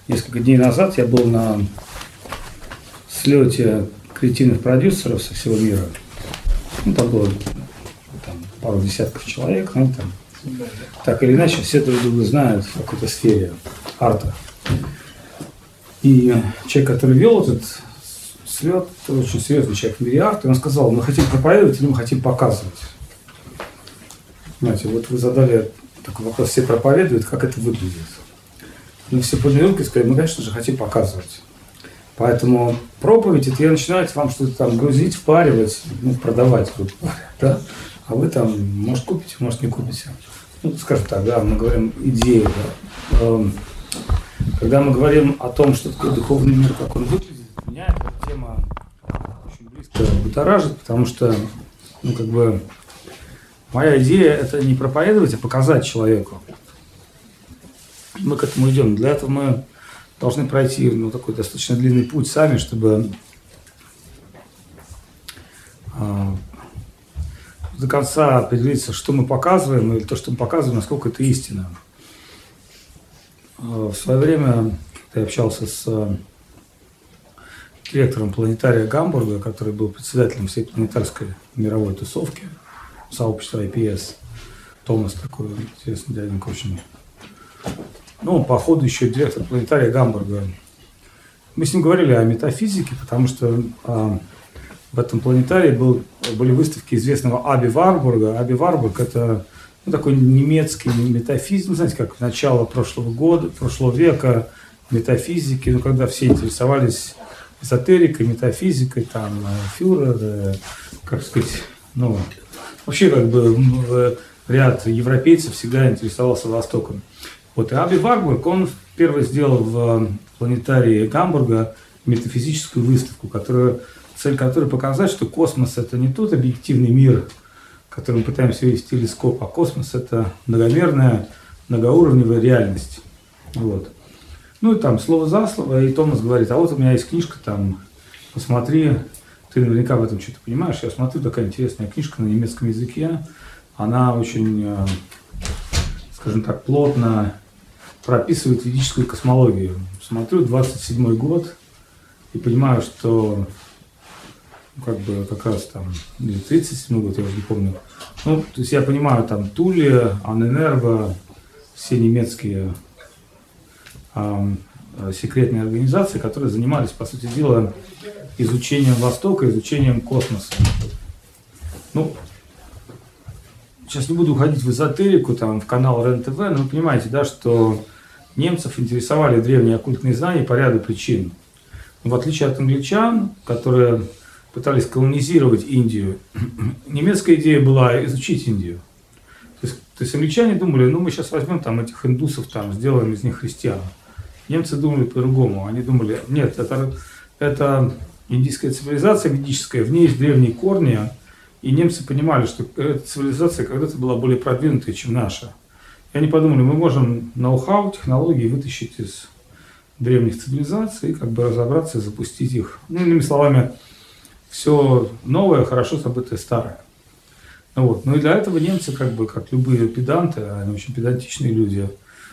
Несколько дней назад я был на слете креативных продюсеров со всего мира. Ну, там было пару десятков человек, ну, там, так или иначе, все друг друга знают в какой-то сфере арта. И человек, который вел этот слет, это очень серьезный человек в мире арта, и он сказал: мы хотим проповедовать или мы хотим показывать? Знаете, вот вы задали такой вопрос: все проповедуют, как это выглядит? Мы все подняли руки и сказали: мы, конечно же, хотим показывать. Поэтому проповедь — это я начинаю вам что-то там грузить, впаривать, ну, продавать, да? А вы там, может, купите, может, не купите. Ну, скажем так, да, мы говорим идею, да. Когда мы говорим о том, что такое духовный мир, как он выглядит, меня эта тема очень близко будоражит, потому что, ну, как бы, моя идея — это не проповедовать, а показать человеку. Мы к этому идем. Для этого мы должны пройти, ну, такой достаточно длинный путь сами, чтобы до конца определиться, что мы показываем, или то, что мы показываем, насколько это истина. В свое время я общался с директором планетария Гамбурга, который был председателем всей планетарской мировой тусовки, сообщества IPS. Томас такой интересный дяденька очень. Ну, по ходу еще директор планетария Гамбурга. Мы с ним говорили о метафизике, потому что в этом планетарии были выставки известного Аби Варбурга. Аби Варбург — это, ну, такой немецкий метафизик, ну, знаете, как начало прошлого века, метафизики, ну, когда все интересовались эзотерикой, метафизикой, там, фюрер, как сказать, ну, вообще, как бы, ряд европейцев всегда интересовался Востоком. Вот, и Аби Варбург, он первый сделал в планетарии Гамбурга метафизическую выставку, цель которой показать, что космос — это не тот объективный мир, который мы пытаемся видеть в телескоп, а космос — это многомерная, многоуровневая реальность. Вот. Ну и там слово за слово, и Томас говорит: а вот у меня есть книжка, там, посмотри, ты наверняка в этом что-то понимаешь. Я смотрю, такая интересная книжка на немецком языке, она очень, скажем так, плотно прописывает ведическую космологию. Смотрю, 27-й год, и понимаю, что, ну, как бы, как раз там, или 37-й год, я уже не помню. Ну, то есть я понимаю, там, Туле, Анненерго, все немецкие секретные организации, которые занимались, по сути дела, изучением Востока, изучением космоса. Ну, сейчас не буду уходить в эзотерику, там, в канал РЕН-ТВ, но вы понимаете, да, что немцев интересовали древние оккультные знания по ряду причин. Но в отличие от англичан, которые пытались колонизировать Индию, немецкая идея была изучить Индию. То есть англичане думали: ну, мы сейчас возьмем там этих индусов, там, сделаем из них христиан. Немцы думали по-другому. Они думали: нет, это индийская цивилизация ведическая, в ней есть древние корни, и немцы понимали, что эта цивилизация когда-то была более продвинутая, чем наша. И они подумали: мы можем ноу-хау, технологии вытащить из древних цивилизаций, как бы разобраться и запустить их. Ну, иными словами, все новое, хорошо забытое старое. Ну, вот. Ну и для этого немцы, как бы, как любые педанты, они очень педантичные люди,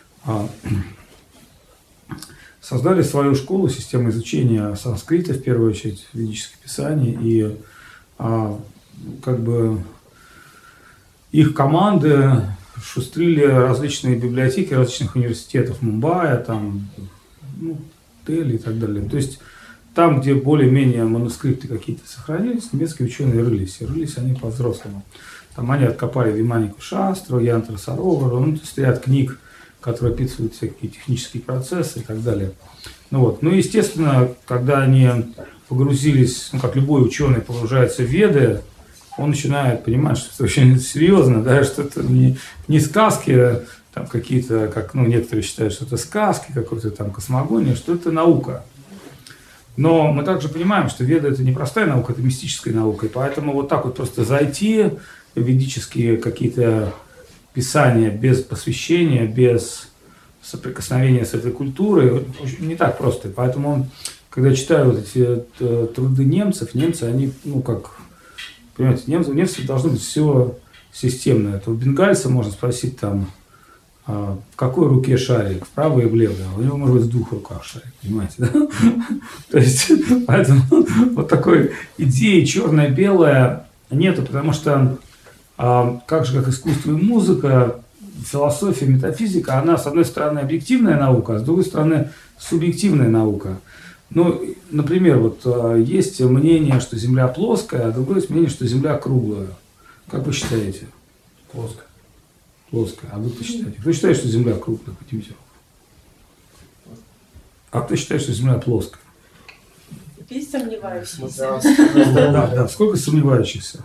создали свою школу, систему изучения санскрита, в первую очередь, ведических писаний, и как бы их команды шустрили различные библиотеки различных университетов Мумбаи, там, ну, Дели и так далее. То есть там, где более-менее манускрипты какие-то сохранились, немецкие ученые рылись. И рылись они по-взрослому. Там они откопали Виманику Шастру, Янтра Саровару, ну, то есть ряд книг, которые описывают всякие технические процессы и так далее. Ну, вот. Ну, естественно, когда они погрузились, ну, как любой ученый погружается в Веды, он начинает понимать, что это очень серьезно, да, что это не сказки, там какие-то, как, ну, некоторые считают, что это сказки, какой-то там космогония, что это наука. Но мы также понимаем, что Веда — это не простая наука, это мистическая наука, и поэтому вот так вот просто зайти в ведические какие-то писания без посвящения, без соприкосновения с этой культурой не так просто. Поэтому, когда я читаю вот эти труды немцев, немцы, они, ну, как, понимаете, у немцев должно быть все системно. Это у бенгальца можно спросить там, в какой руке шарик, в правой и в левой, а у него может быть в двух руках шарик, понимаете, да? То есть, поэтому вот такой идеи черное-белое нету, потому что как же, как искусство и музыка, философия, метафизика, она, с одной стороны, объективная наука, а с другой стороны, субъективная наука. Ну, например, вот есть мнение, что Земля плоская, а другое есть мнение, что Земля круглая. Как вы считаете? Плоская. Плоская. А вы-то считаете? Кто считает, что Земля круглая? Поднимите руку. А кто считает, что Земля плоская? Есть сомневающиеся. Да. Сколько сомневающихся?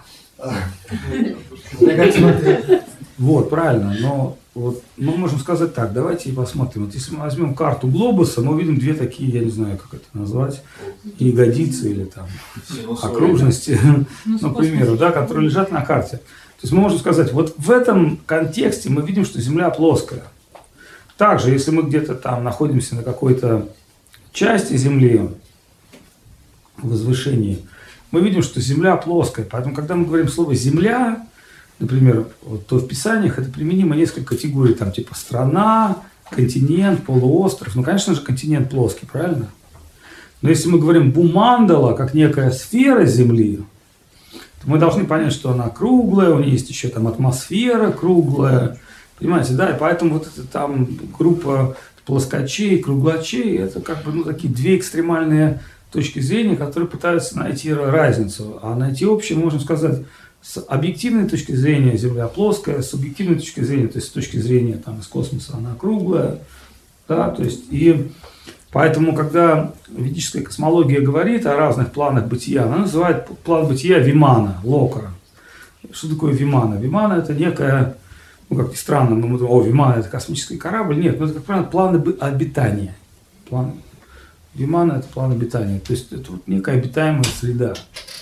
Вот, правильно. Но вот мы можем сказать так, давайте и посмотрим. Вот если мы возьмем карту глобуса, мы увидим две такие, я не знаю, как это назвать, ягодицы или там окружности, ну, к примеру, да, которые лежат на карте. То есть мы можем сказать, вот в этом контексте мы видим, что Земля плоская. Также, если мы где-то там находимся на какой-то части Земли, возвышении, мы видим, что Земля плоская. Поэтому, когда мы говорим слово «земля», например, вот, то в Писаниях это применимо несколько категорий, там типа страна, континент, полуостров. Ну, конечно же, континент плоский, правильно? Но если мы говорим «бумандала», как некая сфера Земли, то мы должны понять, что она круглая, у нее есть еще там атмосфера круглая, понимаете, да? И поэтому вот эта там группа плоскочей, круглочей, это как бы, ну, такие две экстремальные точки зрения, которые пытаются найти разницу. А найти общее, можно сказать, с объективной точки зрения Земля плоская, с субъективной точки зрения, то есть с точки зрения там, из космоса она круглая. Да, то есть, и поэтому, когда ведическая космология говорит о разных планах бытия, она называет план бытия Вимана, Лока. Что такое Вимана? Вимана – это некая, ну, как ни странно, мы думаем, о, Вимана – это космический корабль. Нет, ну, это, как правило, планы обитания. Вимана – это план обитания. То есть, это вот некая обитаемая среда.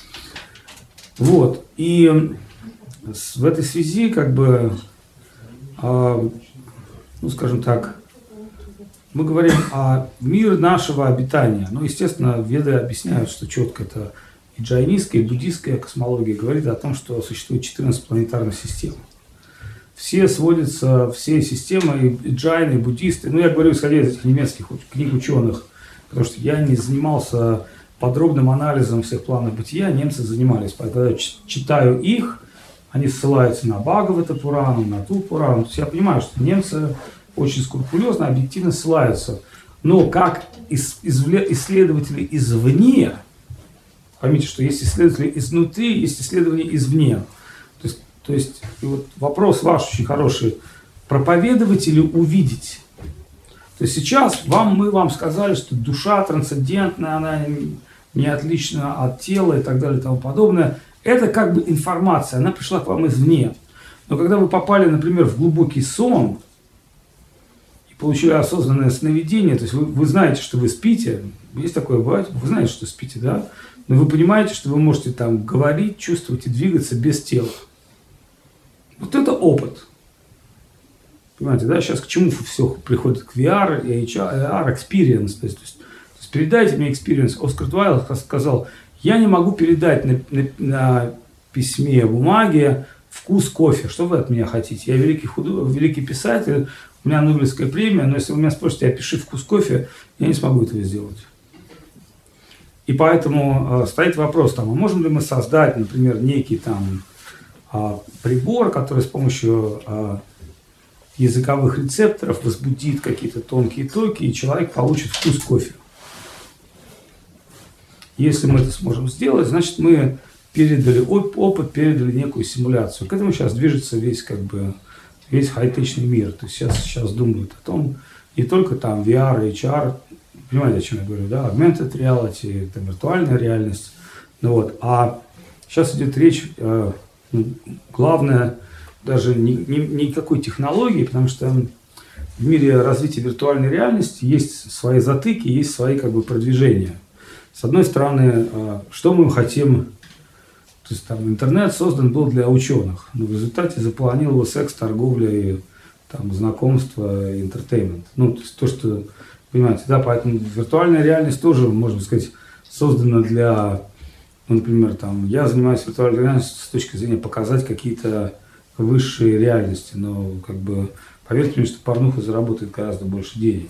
Вот. И в этой связи, как бы, ну, скажем так, мы говорим о мире нашего обитания. Ну, естественно, веды объясняют, что четко это и джайнистская, и буддийская космология говорит о том, что существует 14 планетарных систем. Все сводятся, все системы, и джайны, и буддисты, ну, я говорю, исходя из этих немецких книг ученых, потому что я не занимался подробным анализом всех планов бытия, немцы занимались. Поэтому, когда я читаю их, они ссылаются на Бхагавата Пурану, на ту Пурану. То есть я понимаю, что немцы очень скрупулезно, объективно ссылаются. Но как исследователи извне, поймите, что есть исследователи изнутри, есть исследования извне. То есть вот вопрос ваш очень хороший. Проповедовать или увидеть? То есть сейчас мы вам сказали, что душа трансцендентная, она не отлична от тела и так далее и тому подобное. Это как бы информация, она пришла к вам извне. Но когда вы попали, например, в глубокий сон и получили осознанное сновидение, то есть вы знаете, что вы спите, есть такое бывает, вы знаете, что спите, да? Но вы понимаете, что вы можете там говорить, чувствовать и двигаться без тела. Вот это опыт. Понимаете, да, сейчас к чему все приходит? К VR, AR, experience. То есть передайте мне experience. Оскар Уайлд сказал, я не могу передать на письме, бумаге вкус кофе. Что вы от меня хотите? Я великий писатель, у меня Нобелевская премия, но если вы меня спросите, опиши вкус кофе, я не смогу этого сделать. И поэтому стоит вопрос, там, а можем ли мы создать, например, некий там прибор, который с помощью языковых рецепторов возбудит какие-то тонкие токи, и человек получит вкус кофе. Если мы это сможем сделать, значит, мы передали опыт, передали некую симуляцию. К этому сейчас движется весь хай-течный мир. То есть сейчас думают о том, не только там VR, HR, понимаете, о чем я говорю, да, augmented reality, это виртуальная реальность. Ну, вот. А сейчас идет речь, главное, даже никакой технологии, потому что в мире развития виртуальной реальности есть свои затыки, есть свои как бы продвижения. С одной стороны, что мы хотим, то есть там интернет создан был для ученых, но в результате заполонил его секс, торговля, и, там, знакомство, интертеймент. Ну, то есть то, что, понимаете, да, поэтому виртуальная реальность тоже, можно сказать, создана для, ну, например, там, я занимаюсь виртуальной реальностью с точки зрения показать какие-то высшие реальности, но как бы поверьте мне, что порнуха заработает гораздо больше денег.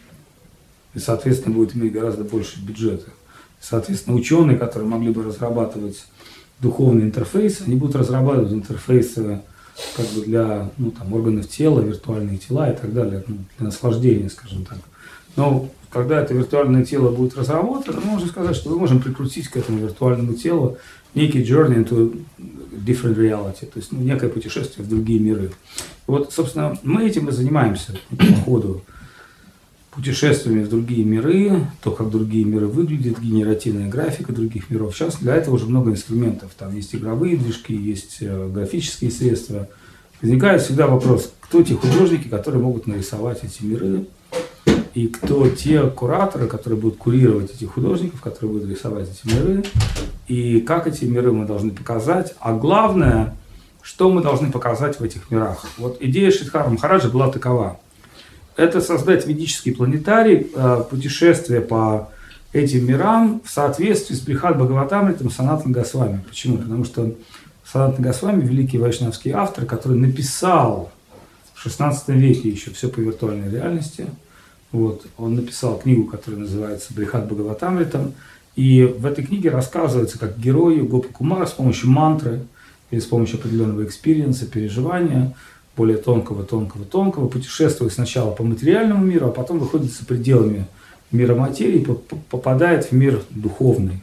И, соответственно, будет иметь гораздо больше бюджета. Соответственно, ученые, которые могли бы разрабатывать духовный интерфейс, они будут разрабатывать интерфейсы как бы для органов тела, виртуальные тела и так далее, для наслаждения, скажем так. Но когда это виртуальное тело будет разработано, мы можем сказать, что мы можем прикрутить к этому виртуальному телу некий journey into different reality, то есть некое путешествие в другие миры. И вот, собственно, мы этим и занимаемся по ходу. Путешествиями в другие миры, то, как другие миры выглядят, генеративная графика других миров. Сейчас для этого уже много инструментов. Там есть игровые движки, есть графические средства. Возникает всегда вопрос, кто те художники, которые могут нарисовать эти миры, и кто те кураторы, которые будут курировать этих художников, которые будут рисовать эти миры, и как эти миры мы должны показать. А главное, что мы должны показать в этих мирах. Вот идея Шридхара Махараджа была такова. Это создать ведический планетарий, путешествие по этим мирам в соответствии с Брихад Бхагаватамритом Санатана Госвами. Почему? Потому что Санатана Госвами, великий вайшнавский автор, который написал в 16 веке еще все по виртуальной реальности. Вот, он написал книгу, которая называется Брихад Бхагаватамритам. И в этой книге рассказывается, как герою Гопа Кумара с помощью мантры или с помощью определенного экспириенса, переживания, более тонкого, путешествует сначала по материальному миру, а потом выходит за пределами мира материи, попадает в мир духовный.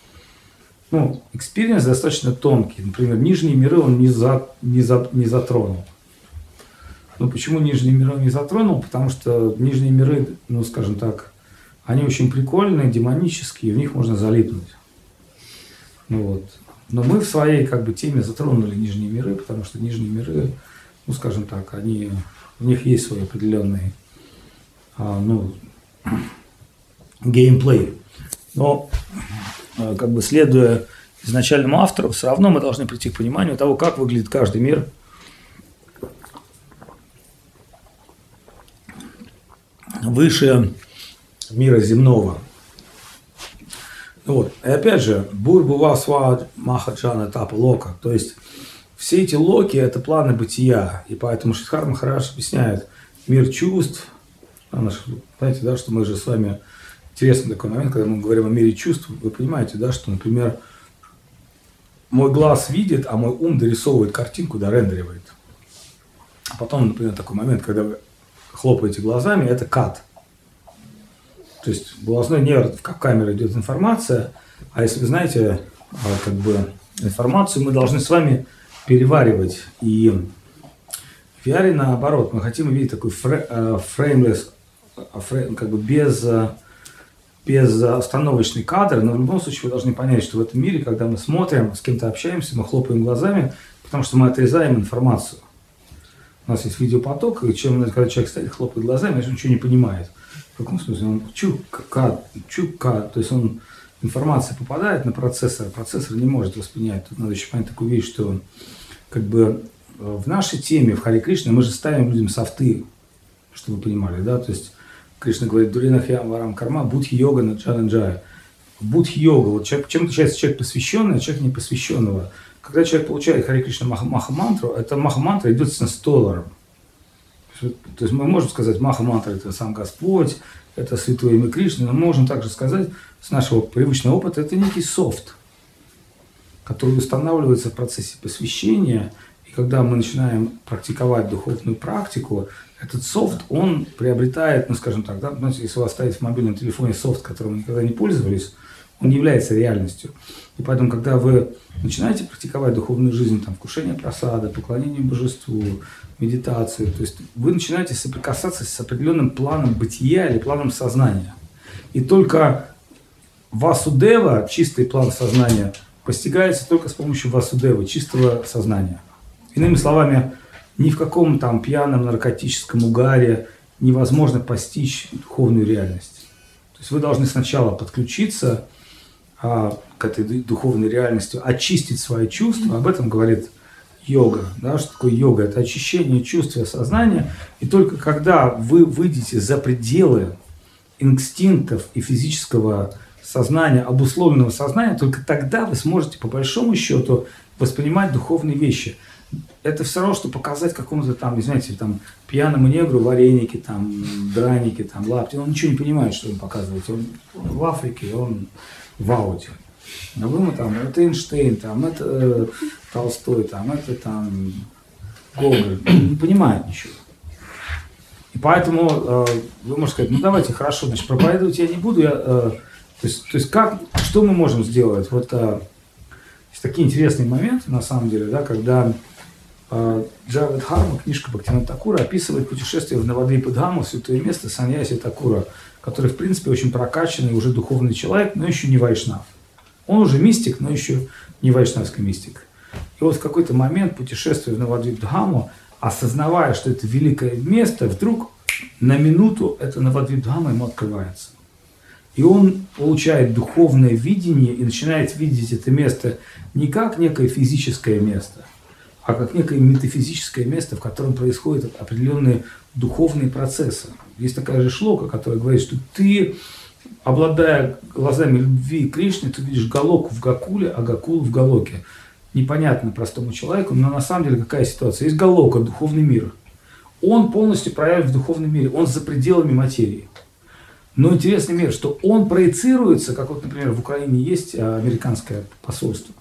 Экспириенс достаточно тонкий. Например, нижние миры он не затронул. Почему нижние миры он не затронул? Потому что нижние миры, скажем так, они очень прикольные, демонические, в них можно залипнуть. Но мы в своей теме затронули нижние миры, потому что нижние миры, скажем так, у них есть свой определенный геймплей. Но, следуя изначальному автору, все равно мы должны прийти к пониманию того, как выглядит каждый мир выше мира земного. И опять же, Бурбува Свад Махаджана Тапа Лока, то есть все эти локи – это планы бытия, и поэтому Шридхар Махарадж объясняет мир чувств. Знаете, да, что мы же с вами, интересный такой момент, когда мы говорим о мире чувств, вы понимаете, да, что, например, мой глаз видит, а мой ум дорисовывает картинку, дорендеривает. А потом, например, такой момент, когда вы хлопаете глазами, это кат. То есть в глазной нерв, в камеру идет информация, а если вы знаете, информацию мы должны с вами переваривать. И в VR наоборот, мы хотим увидеть такой фреймлесс, безостановочный кадр, но в любом случае вы должны понять, что в этом мире, когда мы смотрим, с кем-то общаемся, мы хлопаем глазами, потому что мы отрезаем информацию. У нас есть видеопоток, и когда человек стоит, хлопает глазами, он ничего не понимает. В каком смысле? Он чука, то есть информация попадает на процессор, процессор не может воспринять. Тут надо еще понять такую вещь, что в нашей теме, в Харе Кришне, мы же ставим людям софты, чтобы вы понимали, да, то есть Кришна говорит, Дуринахьям Варам Карма, Будхи-йога Наджананджая. Будхи-йога, чем отличается человек посвященный от человека непосвященного? Когда человек получает Харе Кришна Маха-мантру, эта Маха-мантра идет с $100. То есть мы можем сказать, Маха-мантра – это сам Господь, это святое имя Кришны, но мы можем также сказать, с нашего привычного опыта, это некий софт, который устанавливается в процессе посвящения, и когда мы начинаем практиковать духовную практику, этот софт, он приобретает, скажем так, да, если у вас стоит в мобильном телефоне софт, которым вы никогда не пользовались, он является реальностью. И поэтому, когда вы начинаете практиковать духовную жизнь, вкушение прасада, поклонение божеству, медитацию, то есть вы начинаете соприкасаться с определенным планом бытия или планом сознания. И только Васудева, чистый план сознания, постигается только с помощью Васудева, чистого сознания. Иными словами, ни в каком пьяном наркотическом угаре невозможно постичь духовную реальность. То есть вы должны сначала подключиться к этой духовной реальности, очистить свои чувства. Об этом говорит йога. Да? Что такое йога? Это очищение чувств и сознания. И только когда вы выйдете за пределы инстинктов и физического сознания, обусловленного сознания, только тогда вы сможете по большому счету воспринимать духовные вещи. это все равно, что показать какому-то там, знаете, там, пьяному негру вареники, там, драники, там, лапти. Он ничего не понимает, что он показывает. Он в Африке, он в ауте. А вы ему там, это Эйнштейн, там, это Толстой, там, это там Гоголь. Он не понимает ничего. И поэтому вы можете сказать, ну давайте, хорошо, значит, проповедовать я не буду. То есть как, что мы можем сделать? Вот есть такие интересные моменты, на самом деле, да, когда Джавед Харма, книжка Бхактивинода Такура, описывает путешествие в Навадвипа-Дхаму, святое место Саньяси Такура, который, в принципе, очень прокачанный, уже духовный человек, но еще не вайшнав. Он уже мистик, но еще не вайшнавский мистик. И вот в какой-то момент, путешествуя в Навадвипа-Дхаму, осознавая, что это великое место, вдруг на минуту это Навадвипа-Дхама ему открывается. И он получает духовное видение и начинает видеть это место не как некое физическое место, а как некое метафизическое место, в котором происходят определенные духовные процессы. Есть такая же шлока, которая говорит, что ты, обладая глазами любви Кришны, ты видишь Галоку в Гакуле, а Гакулу в Галоке. Непонятно простому человеку, но на самом деле какая ситуация? Есть Галока, духовный мир. Он полностью проявлен в духовном мире, он за пределами материи. Но интересный мир, что он проецируется, как вот, например, в Украине есть американское посольство.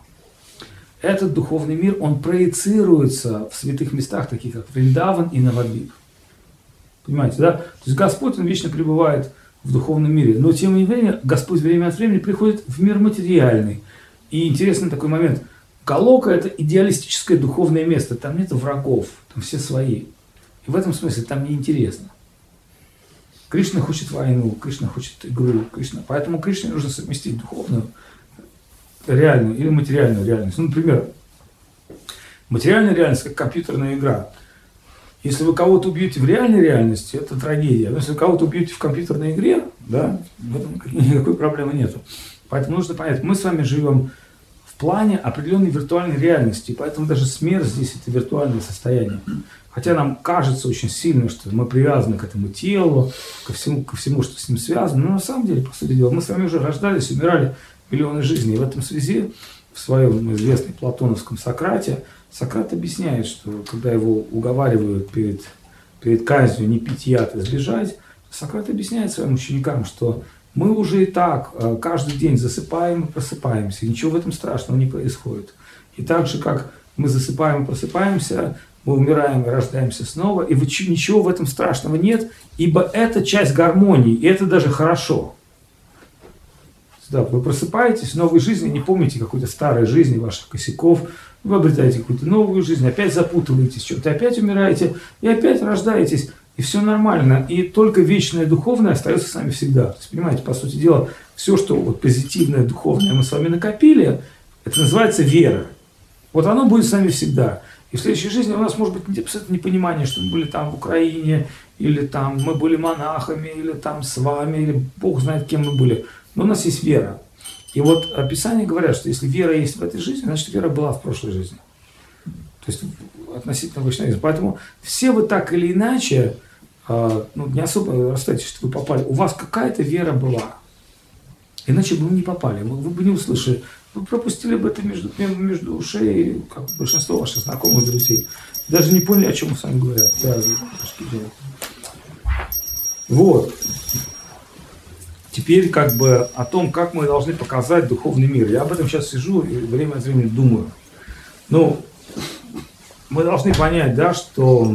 Этот духовный мир, он проецируется в святых местах, таких как Вриндаван и Навадвип. Понимаете, да? То есть Господь, он вечно пребывает в духовном мире. Но тем не менее, Господь время от времени приходит в мир материальный. И интересный такой момент. Галока – это идеалистическое духовное место. Там нет врагов, там все свои. И в этом смысле там неинтересно. Кришна хочет войну, Кришна хочет игру, Кришна. Поэтому Кришне нужно совместить духовную, реальную или материальную реальность. Ну, например, материальная реальность как компьютерная игра. Если вы кого-то убьете в реальной реальности, это трагедия. Но если вы кого-то убьете в компьютерной игре, да, в этом никакой проблемы нету. Поэтому нужно понять, мы с вами живем в плане определенной виртуальной реальности, поэтому даже смерть здесь это виртуальное состояние. Хотя нам кажется очень сильно, что мы привязаны к этому телу, ко всему, что с ним связано, но на самом деле, по сути дела, мы с вами уже рождались, умирали миллионы жизней. И в этом связи, в своем известном платоновском Сократе, Сократ объясняет, что когда его уговаривают перед казнью не пить яд и сбежать, Сократ объясняет своим ученикам, что мы уже и так каждый день засыпаем и просыпаемся, и ничего в этом страшного не происходит. И так же, как мы засыпаем и просыпаемся, мы умираем и рождаемся снова, и ничего в этом страшного нет, ибо это часть гармонии, и это даже хорошо. Да, вы просыпаетесь в новой жизни, не помните какой-то старой жизни, ваших косяков, вы обретаете какую-то новую жизнь, опять запутываетесь в чем-то, опять умираете, и опять рождаетесь, и все нормально, и только вечное духовное остается с нами всегда. То есть, понимаете, по сути дела, все, что вот позитивное, духовное мы с вами накопили, это называется вера. Вот оно будет с нами всегда. И в следующей жизни у нас может быть абсолютно непонимание, что мы были там в Украине, или там мы были монахами, или там с вами, или Бог знает, кем мы были. Но у нас есть вера. И вот Писания говорят, что если вера есть в этой жизни, значит вера была в прошлой жизни. То есть относительно вайшнавизма. Поэтому все вы так или иначе, не особо расстаетесь, что вы попали. У вас какая-то вера была. Иначе бы вы не попали, вы бы не услышали. Вы пропустили бы это между ушей, как большинство ваших знакомых, друзей. Даже не поняли, о чем мы с вами говорят. Вот. Теперь как бы о том, как мы должны показать духовный мир. Я об этом сейчас сижу и время от времени думаю. Ну, мы должны понять, да, что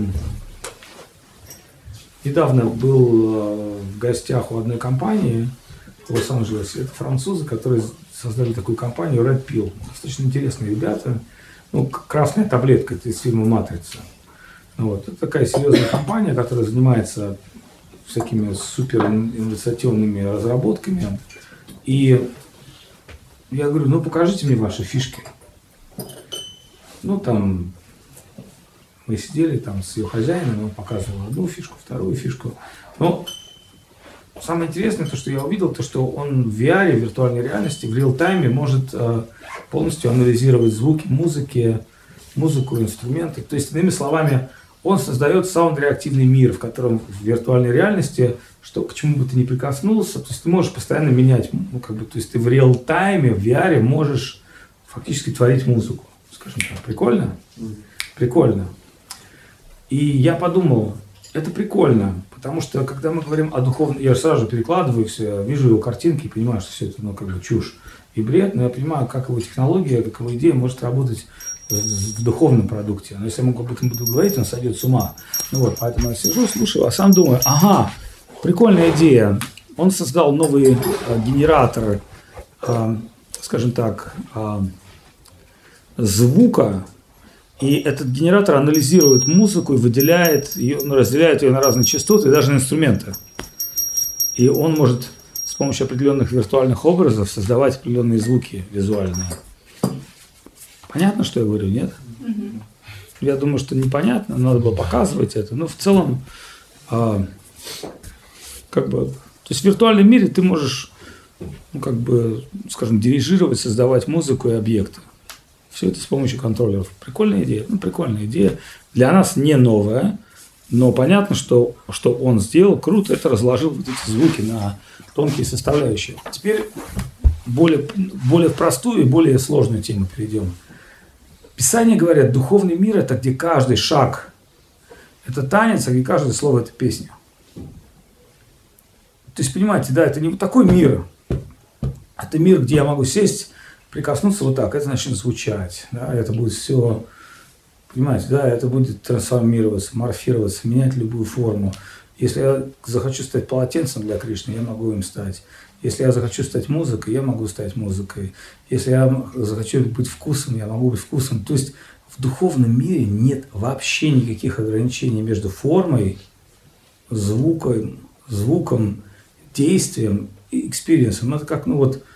недавно был в гостях у одной компании в Лос-Анджелесе. Это французы, которые создали такую компанию Red Pill. Достаточно интересные ребята. Ну, красная таблетка, это из фильма «Матрица». Вот. Это такая серьезная компания, которая занимается всякими суперинновационными разработками. И я говорю, ну покажите мне ваши фишки. Ну там мы сидели там с ее хозяином, он показывал одну фишку, вторую фишку. Но самое интересное, то, что я увидел, то, что он в VR, в виртуальной реальности, в реал-тайме может полностью анализировать звуки, музыку, инструменты. То есть, иными словами, он создает саунд-реактивный мир, в котором в виртуальной реальности, что к чему бы ты ни прикоснулся, то есть ты можешь постоянно менять, ну, как бы, то есть ты в реал-тайме, в VR можешь фактически творить музыку, скажем так, прикольно? Прикольно. И я подумал, это прикольно, потому что, когда мы говорим о духовном, я сразу же перекладываю все, вижу его картинки и понимаю, что все это, ну, как бы чушь и бред, но я понимаю, как его технология, как его идея может работать в духовном продукте. Но если я могу об этом буду говорить, он сойдет с ума. Ну вот, поэтому я сижу, слушаю, а сам думаю, ага, прикольная идея. Он создал новый генератор, скажем так, звука, и этот генератор анализирует музыку и выделяет ее, разделяет ее на разные частоты и даже на инструменты. И он может с помощью определенных виртуальных образов создавать определенные звуки визуальные. Понятно, что я говорю, нет? Mm-hmm. Я думаю, что непонятно, надо было показывать это. Но в целом, как бы, то есть в виртуальном мире ты можешь, ну, как бы, скажем, дирижировать, создавать музыку и объекты. Все это с помощью контроллеров. Прикольная идея. Ну, прикольная идея. Для нас не новая, но понятно, что он сделал круто, это разложил вот эти звуки на тонкие составляющие. Теперь более простую и более сложную тему перейдем. Писание говорят, духовный мир – это где каждый шаг – это танец, а где каждое слово – это песня. То есть, понимаете, да, это не вот такой мир. Это мир, где я могу сесть, прикоснуться вот так, это начнет звучать. Да, это будет все, понимаете, да, это будет трансформироваться, морфироваться, менять любую форму. Если я захочу стать полотенцем для Кришны, я могу им стать. Если я захочу стать музыкой, я могу стать музыкой. Если я захочу быть вкусом, я могу быть вкусом. То есть в духовном мире нет вообще никаких ограничений между формой, звуком, действием и экспириенсом. Это как, ну вот,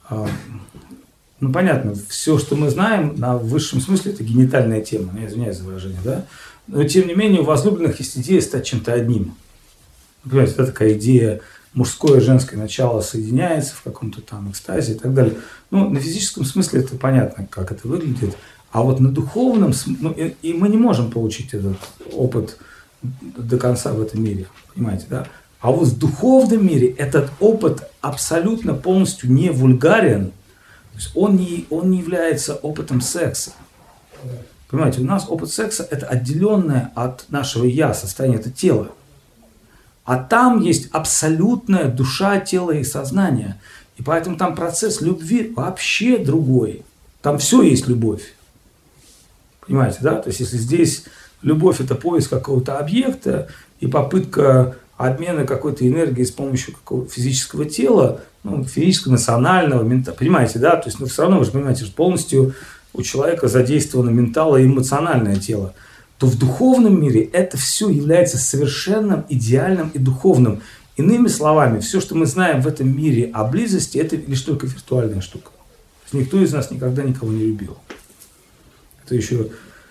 ну понятно, все, что мы знаем, на высшем смысле, это генитальная тема. Я извиняюсь за выражение, да? Но тем не менее у возлюбленных есть идея стать чем-то одним. Понимаете, это такая идея, мужское и женское начало соединяется в каком-то там экстазе и так далее. Ну, на физическом смысле это понятно, как это выглядит. А вот на духовном, ну, и мы не можем получить этот опыт до конца в этом мире, понимаете, да? А вот в духовном мире этот опыт абсолютно полностью не вульгарен, то есть он не является опытом секса. Понимаете, у нас опыт секса – это отделенное от нашего «я» состояние, это тело. А там есть абсолютная душа, тело и сознание. И поэтому там процесс любви вообще другой. Там все есть любовь. Понимаете, да? То есть если здесь любовь – это поиск какого-то объекта и попытка обмена какой-то энергией с помощью какого-то физического тела, ну, физического, эмоционального, ментального, понимаете, да? То есть, ну, все равно вы же понимаете, что полностью у человека задействовано ментало и эмоциональное тело, то в духовном мире это все является совершенным, идеальным и духовным. Иными словами, все, что мы знаем в этом мире о близости, это лишь только виртуальная штука. То есть никто из нас никогда никого не любил. Это еще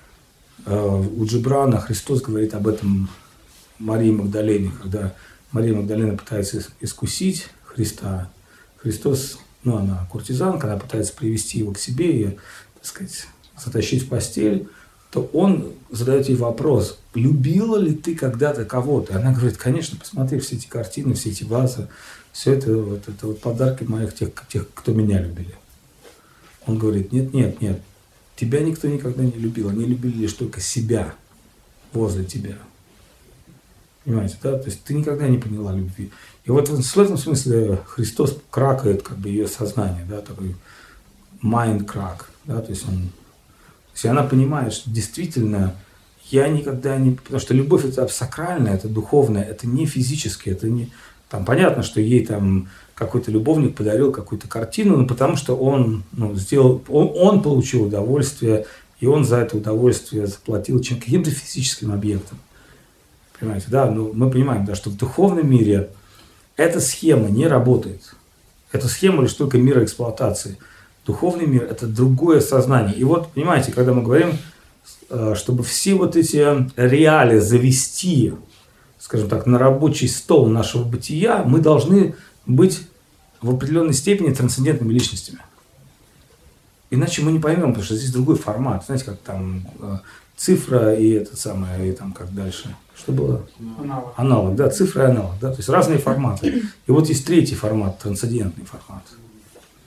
у Джибрана Христос говорит об этом Марии Магдалене, когда Мария Магдалена пытается искусить Христа. Христос, ну, она куртизанка, она пытается привести его к себе и, так сказать, затащить в постель, то он задает ей вопрос: любила ли ты когда-то кого-то? И она говорит: конечно, посмотри, все эти картины, все эти вазы, все это вот подарки моих тех, кто меня любили. Он говорит: нет, тебя никто никогда не любил, они любили лишь только себя возле тебя. Понимаете, да? То есть ты никогда не поняла любви. И вот в этом смысле Христос кракает как бы ее сознание, да, такой mind crack, да, то есть она понимает, что действительно я никогда не... Потому что любовь – это сакральное, это духовное, это не физическое, это не... Там понятно, что ей там какой-то любовник подарил какую-то картину, но потому что он, ну, сделал... Он получил удовольствие, и он за это удовольствие заплатил каким-то физическим объектом. Понимаете, да? Но мы понимаем, да, что в духовном мире эта схема не работает. Эта схема лишь только мира эксплуатации. Духовный мир – это другое сознание. И вот, понимаете, когда мы говорим, чтобы все вот эти реалии завести, скажем так, на рабочий стол нашего бытия, мы должны быть в определенной степени трансцендентными личностями. Иначе мы не поймем, потому что здесь другой формат. Знаете, как там цифра и это самое, и там как дальше. Что было? Аналог. Аналог, да, цифра и аналог. Да? То есть разные форматы. И вот есть третий формат, трансцендентный формат.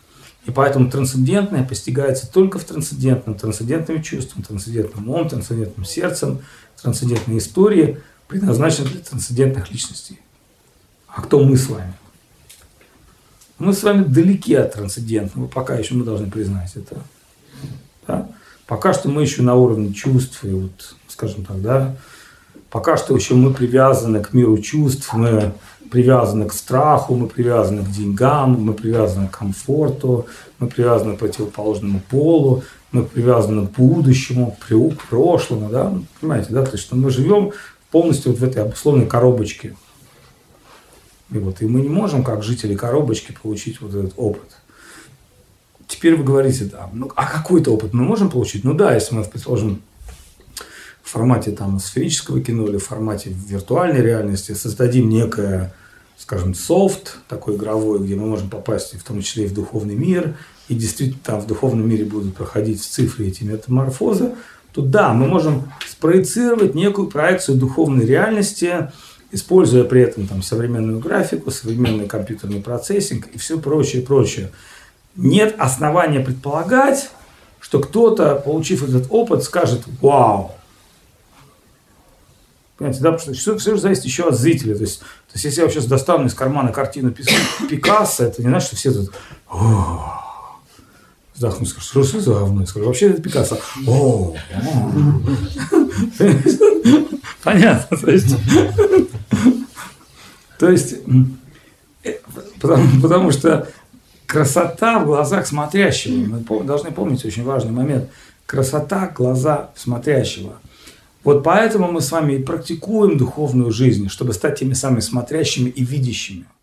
И поэтому трансцендентное постигается только в трансцендентном чувством, трансцендентным умом, трансцендентным сердцем, трансцендентной истории, предназначенной для трансцендентных личностей. А кто мы с вами? Мы с вами далеки от трансцендентного, пока еще мы должны признать это. Да? Пока что мы еще на уровне чувств, и вот, скажем так, да, пока что еще мы привязаны к миру чувств, мы привязаны к страху, мы привязаны к деньгам, мы привязаны к комфорту, мы привязаны к противоположному полу, мы привязаны к будущему, к прошлому, да, понимаете, да, то есть, что мы живем полностью вот в этой обусловленной коробочке. И мы не можем, как жители коробочки, получить вот этот опыт. Теперь вы говорите, да, а какой-то опыт мы можем получить? Ну да, если мы, предположим, в формате там сферического кино или в формате виртуальной реальности создадим некое, скажем, софт такой игровой, где мы можем попасть в том числе и в духовный мир, и действительно там в духовном мире будут проходить в цифре эти метаморфозы, то да, мы можем спроецировать некую проекцию духовной реальности, используя при этом там современную графику, современный компьютерный процессинг и все прочее, прочее. Нет основания предполагать, что кто-то, получив этот опыт, скажет «Вау!». Понимаете, да, потому что все же зависит еще от зрителя. То есть если я сейчас достану из кармана картину Пикассо, это не значит, что все тут вздохнут, скажут, что за говно? Я скажу, вообще это Пикассо. Понятно. То есть, потому что красота в глазах смотрящего. Мы должны помнить очень важный момент. Красота глаза смотрящего. Вот поэтому мы с вами и практикуем духовную жизнь, чтобы стать теми самыми смотрящими и видящими.